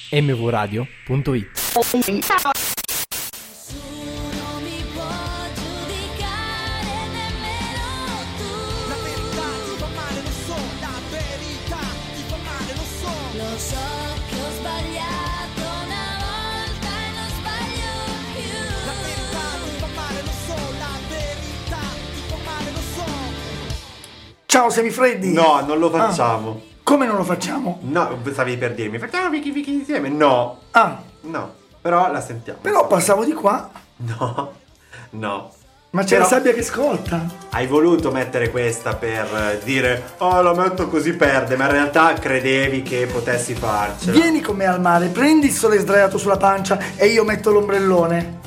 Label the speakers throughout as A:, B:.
A: mvradio.it.
B: Ciao Semifreddi.
C: No, non lo facciamo.
B: Come non lo facciamo?
C: No, stavi per dirmi facciamo Vicky Vicky insieme? No. No, però la sentiamo.
B: Però passavo di qua.
C: No.
B: Ma c'è la sabbia che scotta.
C: Hai voluto mettere questa per dire la metto così perde, ma in realtà credevi che potessi farcela.
B: Vieni con me al mare, prendi il sole sdraiato sulla pancia e io metto l'ombrellone.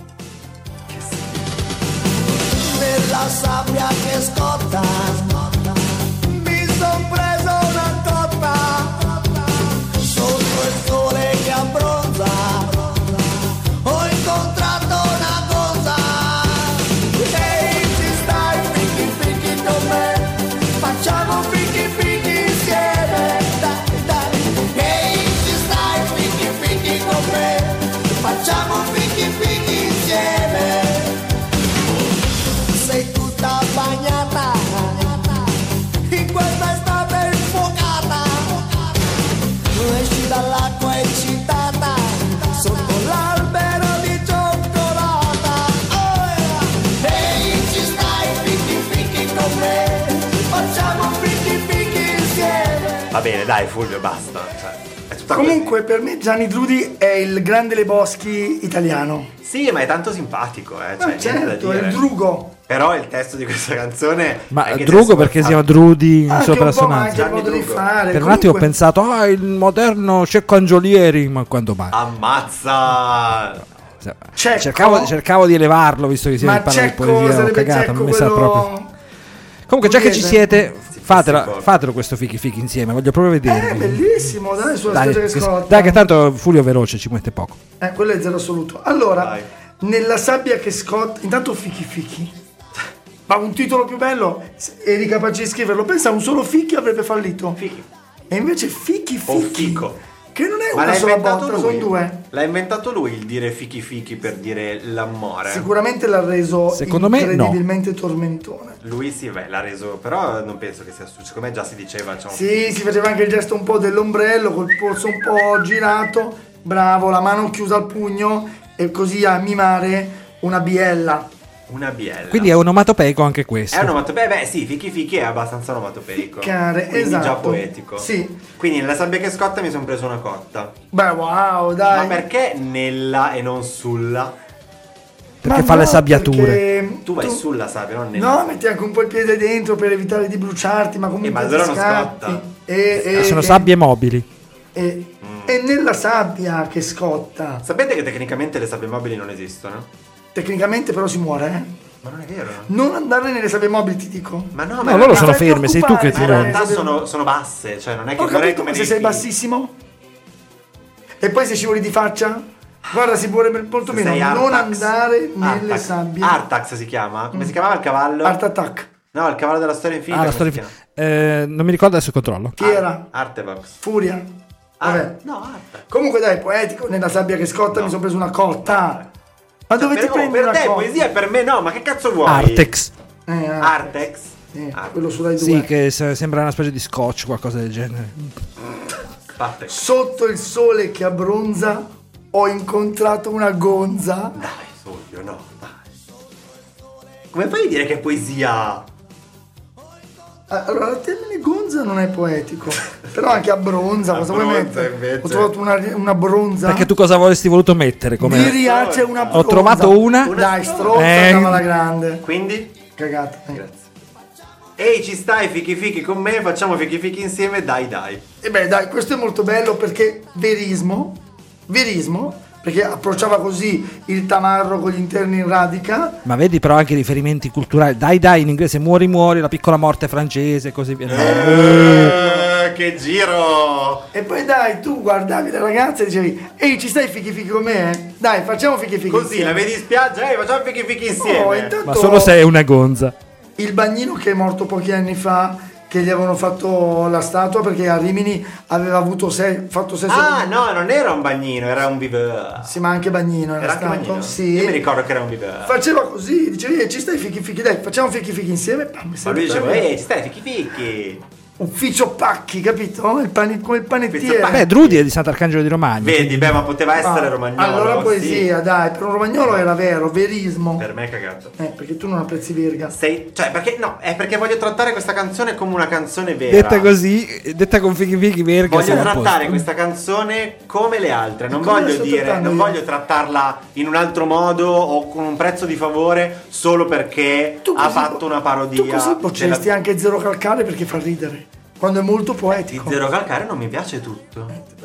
D: Nella sabbia che scotta mi son preso una cotta, sotto il sole che abbronza ho incontrato una cosa. Ehi, ci stai fichi fichi con me, facciamo fichi fichi insieme, dai. Ehi, ci stai fichi fichi con me, facciamo fichi fichi insieme. Sei tutta bagnata in questa estate infuocata, esci dall'acqua eccitata sotto l'albero di cioccolata. Ehi, ci stai fichi fichi con me, facciamo fichi fichi insieme.
C: Va bene, dai Fulvio, basta. È tutta
B: Comunque per me Gianni Drudi è il grande Le Boschi italiano.
C: Sì, ma è tanto simpatico, niente da
B: Certo, è
C: dire.
B: il Drugo.
C: Però il testo di questa canzone
E: Ma
C: è che
E: Drugo
C: adesso
E: perché
C: fa-
E: si chiama Drudi in
B: Anche
E: sopra
B: un po', ma anche
E: assonanza.
B: il modo di
C: Drugo.
B: fare.
E: Per un attimo ho
B: Comunque,
E: pensato il moderno Cecco Angiolieri, ma quando mai?
C: Ammazza!
B: Cecco?
E: Cercavo di elevarlo, visto che si
B: Ma
E: parla di
B: Cecco
E: poesia, ho
B: sarebbe
E: cagato,
B: Cecco
E: non mi sa
B: quello...
E: proprio. Comunque, già che ci
B: pugliese.
E: siete,
C: forte.
E: fatelo questo fichi fichi insieme, voglio proprio vedervi.
B: Bellissimo, dai, sulla
E: Dai,
B: storia che scotta.
E: dai, che tanto Fulvio è veloce, ci mette poco.
B: Quello è zero assoluto. Allora,
C: Dai.
B: nella sabbia che scotta, intanto fichi fichi. Ma un titolo più bello, eri capace di scriverlo, pensa un solo fichi avrebbe fallito.
C: Fichi.
B: E invece fichi
C: O
B: fichi.
C: fico.
B: Che non è
C: Ma
B: una
C: l'ha
B: sola
C: inventato
B: botta,
C: lui?
B: sono due.
C: L'ha inventato lui il dire fichi fichi per dire l'amore?
B: Sicuramente l'ha reso
E: Secondo me no.
B: incredibilmente tormentone.
C: Lui sì, l'ha reso, però non penso che sia successo. Secondo me già si diceva,
B: Sì, si faceva anche il gesto un po' dell'ombrello, col polso un po' girato, bravo, la mano chiusa al pugno e così a mimare una biella.
C: una biella.
E: Quindi è onomatopeico anche questo.
C: È onomatopeico, beh sì, fichi fichi è abbastanza onomatopeico.
B: Ficcare,
C: quindi
B: esatto.
C: già poetico.
B: Sì.
C: Quindi nella sabbia che scotta mi sono preso una cotta.
B: Beh, wow, dai.
C: Ma perché nella e non sulla?
E: Perché
B: Ma
E: fa le
B: no,
E: sabbiature.
B: perché
C: Tu vai sulla sabbia, non nella
B: No,
C: sabbia.
B: metti anche un po' il piede dentro per evitare di bruciarti, ma comunque
C: ma allora
B: ti
C: non
B: scappi.
C: scotta.
E: Sono sabbie mobili.
B: E nella sabbia che scotta.
C: Sapete che tecnicamente le sabbie mobili non esistono?
B: Tecnicamente però si muore, eh.
C: Ma non è vero.
B: Non andare nelle sabbie mobili, ti dico.
C: Ma no,
E: No,
C: ma
E: loro
C: in
E: sono
B: stai
E: ferme, sei tu che ti
C: ma in
E: muovi.
C: realtà sono basse, cioè non è che
B: Ho
C: non è
B: capito,
C: come
B: ma se
C: nei
B: sei
C: film.
B: bassissimo? E poi se scivoli di faccia? Guarda, si muore molto
C: Se
B: meno.
C: sei
B: Non
C: Artax.
B: andare nelle
C: Artax.
B: sabbie.
C: Artax si chiama? Come si chiamava il cavallo?
B: Art Attack.
C: No, il cavallo della storia infinita.
E: Ah, la
C: come
E: storia
C: si chiama?
E: non mi ricordo, adesso controllo.
B: Chi era?
C: Artevox.
B: Furia. Vabbè.
C: No, Artax.
B: Comunque dai, poetico, nella sabbia che scotta mi sono preso una cotta. Ma dove ti prendi
C: per
B: una
C: te
B: cotta?
C: poesia, per me no, ma che cazzo vuoi?
E: Artex.
C: Artex?
B: Quello su Rai 2.
E: Sì, che sembra una specie di scotch, qualcosa del genere.
C: Artex.
B: Sotto il sole che abbronza ho incontrato una gonza.
C: Dai, Fulvio, no, dai. Come fai a dire che è poesia?
B: Allora, il termine gonza non è poetico. Però anche abbronza, cosa vuoi
C: Abbronza,
B: mettere?
C: invece.
B: Ho trovato una bronza.
E: Perché tu cosa avresti voluto mettere? Come...
B: Viria c'è una bronza.
E: Ho trovato una.
B: Dai, stronza, andava alla grande.
C: Quindi?
B: Cagata.
C: Grazie. Ehi, ci stai, fichi fichi con me, facciamo fichi fichi insieme, dai dai.
B: E beh, dai, questo è molto bello perché verismo, perché approcciava così il tamarro con gli interni in radica.
E: Ma vedi però anche riferimenti culturali. Dai dai, in inglese muori muori, la piccola morte francese e così via.
C: Che giro!
B: E poi dai, tu guardavi le ragazze e dicevi, ehi, ci stai fichi fichi con me? Dai, facciamo fichi fichi
C: Così,
B: insieme.
C: la vedi in spiaggia, facciamo fichi fichi insieme.
B: Oh, intanto
E: Ma solo se è una gonza.
B: il bagnino che è morto pochi anni fa che gli avevano fatto la statua perché a Rimini aveva avuto fatto sesso.
C: Ah, no, non era un bagnino, era un viveur.
B: Sì, ma anche Bagnino era
C: Era anche
B: stato.
C: bagnino?
B: Sì.
C: Io mi ricordo che era un viveur.
B: Faceva così, diceva ci stai fichi, dai, facciamo fichi insieme.
C: Ma lui diceva, ci stai, fichi.
B: Ufficio pacchi, capito? Come il panettiere.
C: Pacchi.
E: Beh, Drudi è di Sant'Arcangelo di Romagna.
C: Vedi, beh, ma poteva essere romagnolo.
B: Allora poesia,
C: sì.
B: dai, per un romagnolo era vero, verismo.
C: Per me è cagato.
B: Perché tu non apprezzi Verga.
C: È perché voglio trattare questa canzone come una canzone vera.
E: Detta così, detta con fighi verga.
C: Voglio
E: siamo a
C: trattare
E: posto.
C: questa canzone come le altre. Non
B: come la
C: voglio
B: sto
C: dire,
B: trattando
C: non
B: io?
C: voglio trattarla in un altro modo o con un prezzo di favore solo perché ha fatto una parodia.
B: Tu così bocceresti anche Zero Calcare perché fa ridere. Quando è molto
C: Di
B: poetico.
C: Zero Calcare non mi piace tutto.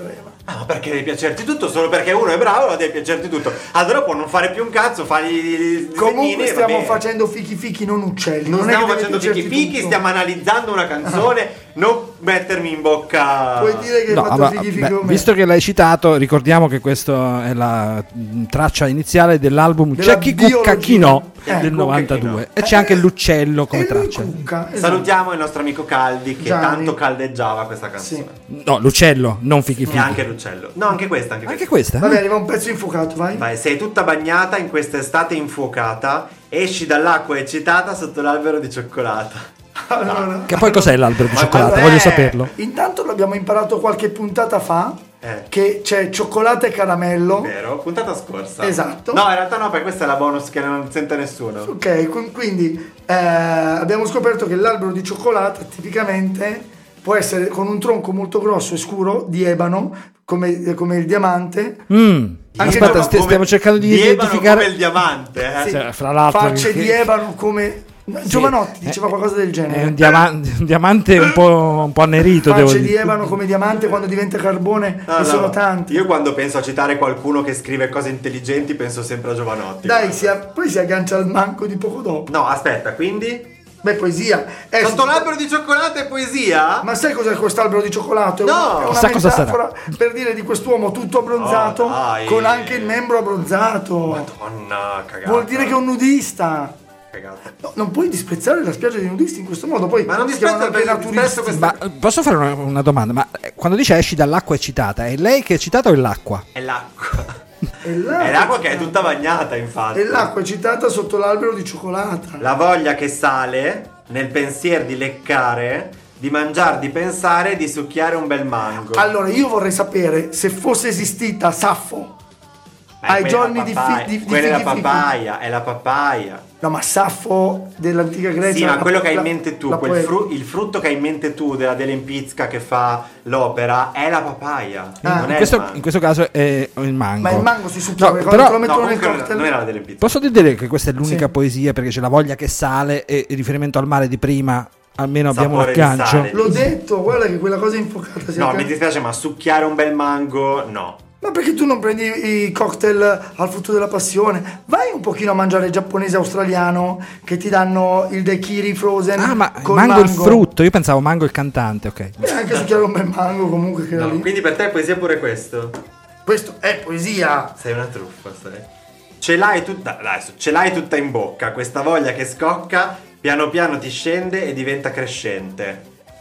C: Ma perché deve piacerti tutto? Solo perché uno è bravo deve piacerti tutto. Allora può non fare più un cazzo, fagli i
B: Comunque
C: disegnini,
B: stiamo
C: va bene.
B: facendo fichi, non uccelli.
C: Non
B: è
C: stiamo
B: che deve
C: facendo
B: piacerti
C: fichi,
B: tutto.
C: stiamo analizzando una canzone, non mettermi in bocca.
B: Puoi dire che hai
E: No,
B: fatto
E: ma,
B: fichi
E: beh,
B: come me.
E: visto che l'hai citato, ricordiamo che questa è la traccia iniziale dell'album
B: Della
E: C'è chi
B: biologia.
E: cucca chi no del
C: Cucca chi
E: 92
C: no.
E: e c'è anche l'uccello come
B: E lui
E: traccia.
B: cucca, esatto.
C: Salutiamo il nostro amico Caldi che
B: Gianni.
C: tanto caldeggiava questa canzone.
E: No, l'uccello, non fichi
C: E
E: fichi.
C: anche l'uccello. No, anche questa,
E: Anche questa?
B: Vabbè, arriva un pezzo infuocato, vai.
C: Vai, sei tutta bagnata in quest'estate infuocata, esci dall'acqua eccitata sotto l'albero di cioccolata.
B: Allora,
E: Che poi cos'è l'albero di
C: Ma
E: cioccolata?
C: cos'è?
E: Voglio saperlo.
B: intanto l'abbiamo imparato qualche puntata fa che c'è cioccolata e caramello.
C: Vero? Puntata scorsa.
B: Esatto.
C: No, in realtà no, perché questa è la bonus che non sente nessuno.
B: Ok, quindi abbiamo scoperto che l'albero di cioccolata tipicamente può essere con un tronco molto grosso e scuro di ebano, come il diamante.
E: Aspetta,
C: Ebano come-
E: stiamo cercando di
C: ebano
E: identificare.
C: come il diamante, eh.
B: Sì.
E: Cioè, fra l'altro,
B: Facce
E: che-
B: di ebano come Giovanotti diceva qualcosa del genere.
E: È un diamante un po' annerito, devo
B: Facce di
E: dire.
B: ebano come diamante quando diventa carbone
C: No,
B: e
C: no,
B: sono tanti.
C: Io quando penso a citare qualcuno che scrive cose intelligenti penso sempre a Giovanotti.
B: Dai, poi si aggancia al manco di poco dopo.
C: No, aspetta, quindi?
B: Beh, poesia.
C: Sotto l'albero di cioccolata e poesia?
B: Ma sai cos'è quest'albero di cioccolato?
C: No!
B: È una
E: Chissà cosa
B: metafora per dire di quest'uomo tutto abbronzato
C: Oh, dai.
B: con anche il membro abbronzato.
C: Madonna, cagata.
B: Vuol dire che è un nudista.
C: Cagata.
B: No, non puoi disprezzare la spiaggia dei nudisti in questo modo. Poi
C: Ma non
B: si chiamano
C: disprezzo
B: anche
C: perché disprezzo
B: naturisti.
C: questa-
E: Ma posso fare una domanda? Ma quando dice esci dall'acqua eccitata, è lei che è eccitata o è l'acqua?
C: È l'acqua.
B: È l'acqua,
C: È l'acqua che è tutta bagnata, infatti.
B: E l'acqua è citata sotto l'albero di cioccolata.
C: La voglia che sale nel pensier di leccare, di mangiare, di pensare, di succhiare un bel mango.
B: Allora, io vorrei sapere se fosse esistita Saffo ai
C: quella
B: giorni
C: è la
B: di
C: papaya.
B: di
C: Quella è la
B: fichi fichi.
C: papaya, è la papaya.
B: No, ma Saffo dell'antica Grecia.
C: Sì, ma
B: la-
C: quello che hai in
B: la-
C: mente tu,
B: la
C: il frutto che hai in mente tu della Dell'Empizca che fa l'opera è la papaya.
B: Ah.
C: non
E: In
C: è
E: questo,
C: il mango.
E: in questo caso è il mango.
B: Ma il mango si succhia
E: No,
B: perché
E: però-
B: quando te lo
C: No,
B: mettono nel
C: comunque
B: cocktail.
C: non era la Dell'Empizca.
E: Posso dire che questa è l'unica
B: Sì.
E: poesia perché c'è la voglia che sale e il riferimento al mare di prima, almeno abbiamo un
C: Sapore di
E: aggancio.
C: sale.
B: L'ho detto, guarda che quella cosa è infuocata.
C: No, mi dispiace, ma succhiare un bel mango, no.
B: Ma perché tu non prendi i cocktail al frutto della passione? Vai un pochino a mangiare giapponese australiano che ti danno il daiquiri frozen.
E: Ah, ma
B: col
E: mango il frutto, io pensavo mango il cantante, ok.
B: E anche succhiare un bel mango comunque che era
C: No,
B: lì.
C: quindi per te è poesia pure questo?
B: Questo è poesia.
C: Sei una truffa, sai. Ce l'hai tutta in bocca, questa voglia che scocca, piano piano ti scende e diventa crescente.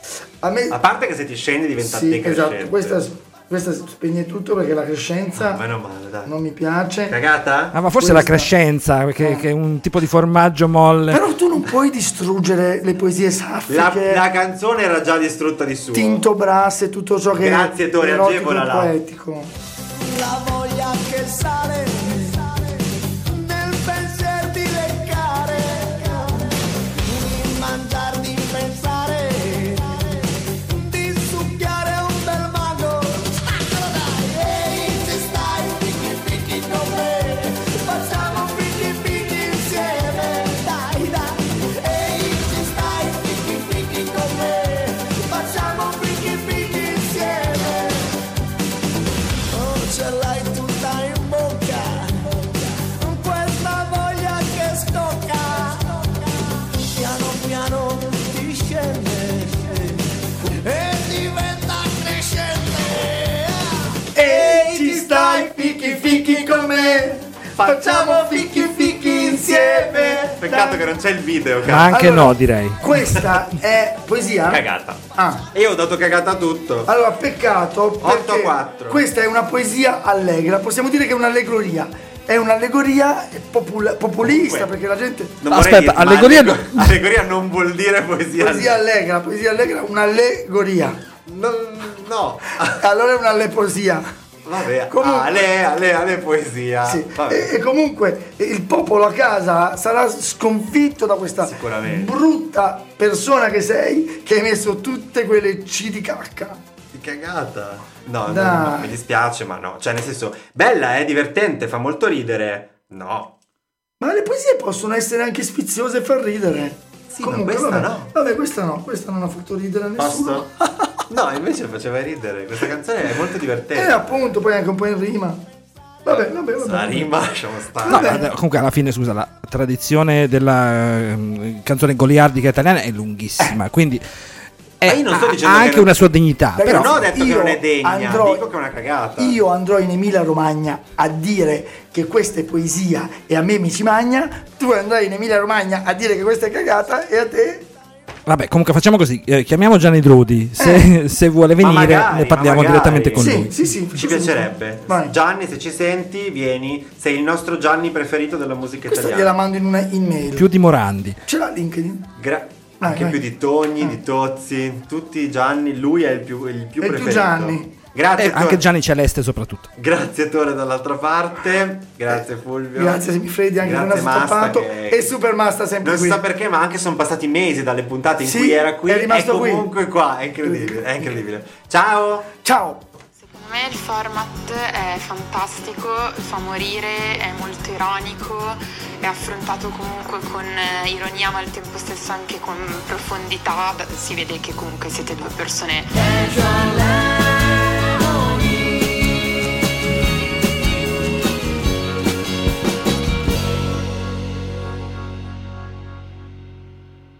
B: A me
C: A parte che se ti scende diventa
B: sì,
C: decrescente.
B: esatto. Questa spegne tutto perché la crescenza
C: Meno male, dai.
B: non mi piace.
C: Cagata?
E: Ah, ma forse
B: Questa-
E: la crescenza, che è un tipo di formaggio molle.
B: Però tu non puoi distruggere le poesie saffiche,
C: La canzone era già distrutta di suo.
B: Tinto Brass e tutto ciò che
C: Grazie, Tore,
B: è erotico e
C: agevolala.
B: poetico.
D: La voglia che sale nel pensier di leccare, di mangiar, di pensare, di succhiare un bel mango. Spaccalo dai, ehi, ci stai, picchi picchi con me, facciamo picchi picchi insieme, dai dai, ehi, ci stai, picchi picchi con me, facciamo picchi picchi insieme. Oh, ce l'hai tutta in bocca, questa voglia che scocca, piano piano ti scende e diventa crescente.
B: Ehi, ci stai, fichi fichi con me, facciamo fichi fichi insieme.
C: Peccato che non c'è il video,
E: Ma anche
B: Allora,
E: no, direi.
B: Questa è poesia?
C: Cagata.
B: Ah.
C: E io ho dato cagata a tutto.
B: Allora, peccato perché
C: 8-4.
B: questa è una poesia allegra, possiamo dire che è un'allegoria. È un'allegoria populista,
C: Comunque,
B: perché la gente...
C: Non vorrei
E: Aspetta,
C: dire, ma
E: allegoria
C: allegoria non vuol dire poesia.
B: Poesia allegra, un'allegoria.
C: No.
B: Allora è un'alleposia.
C: Vabbè,
B: Comunque-
C: Ale poesia.
B: Sì.
C: Vabbè.
B: E comunque il popolo a casa sarà sconfitto da questa
C: Sicuramente.
B: brutta persona che sei, che hai messo tutte quelle C di cacca.
C: Di cagata. No,
B: Dai.
C: mi dispiace, ma no. Cioè, nel senso, bella, divertente, fa molto ridere. No.
B: Ma le poesie possono essere anche sfiziose e far ridere.
C: Sì, ma questa
B: vabbè.
C: no.
B: Vabbè, questa non ha fatto ridere a nessuno.
C: Posto? No, invece faceva ridere. Questa canzone è molto divertente.
B: Appunto, poi anche un po' in rima. Vabbè.
C: La rima lasciamo stare.
E: No,
B: Vabbè.
E: comunque alla fine, scusa, la tradizione della canzone goliardica italiana è lunghissima, quindi
C: Ma io non sto
E: ha
C: dicendo
E: anche
C: che non-
E: una sua dignità.
B: Ragazzi,
E: Però
C: non ho detto che
B: io
C: non è degna,
B: andrò-
C: dico che è una cagata.
B: Io andrò in Emilia Romagna a dire che questa è poesia e a me mi ci magna. Tu andrai in Emilia Romagna a dire che questa è cagata e a te...
E: vabbè, comunque facciamo così, chiamiamo Gianni Drudi, se vuole
C: Ma
E: venire
C: magari,
E: ne parliamo
C: ma magari.
E: direttamente con
B: Sì,
E: lui.
B: sì.
C: Ci
B: faccio
C: piacerebbe.
B: subito. Vai.
C: Gianni, se ci senti, vieni. Sei il nostro Gianni preferito della musica
B: Questa
C: italiana.
B: gliela mando in una email.
E: Più di Morandi.
B: Ce l'ha LinkedIn?
C: Anche
B: vai.
C: più di Togni, di Tozzi, tutti i Gianni, lui è il più
B: È il più
C: preferito.
B: Gianni.
C: Grazie,
E: Anche Gianni Celeste soprattutto.
C: Grazie Tore dall'altra parte. Grazie Fulvio.
B: Grazie Semifreddi anche per
C: Grazie
B: il nostro
C: Masta,
B: stoppato.
C: che-
B: E Super Masta sempre
C: Non si
B: qui.
C: sa perché, ma anche sono passati mesi dalle puntate in
B: Sì,
C: cui era qui
B: è rimasto qui.
C: comunque qua. È incredibile, è incredibile. Ciao!
B: Ciao.
F: Secondo me il format è fantastico, fa morire, è molto ironico, è affrontato comunque con ironia ma al tempo stesso anche con profondità, si vede che comunque siete due persone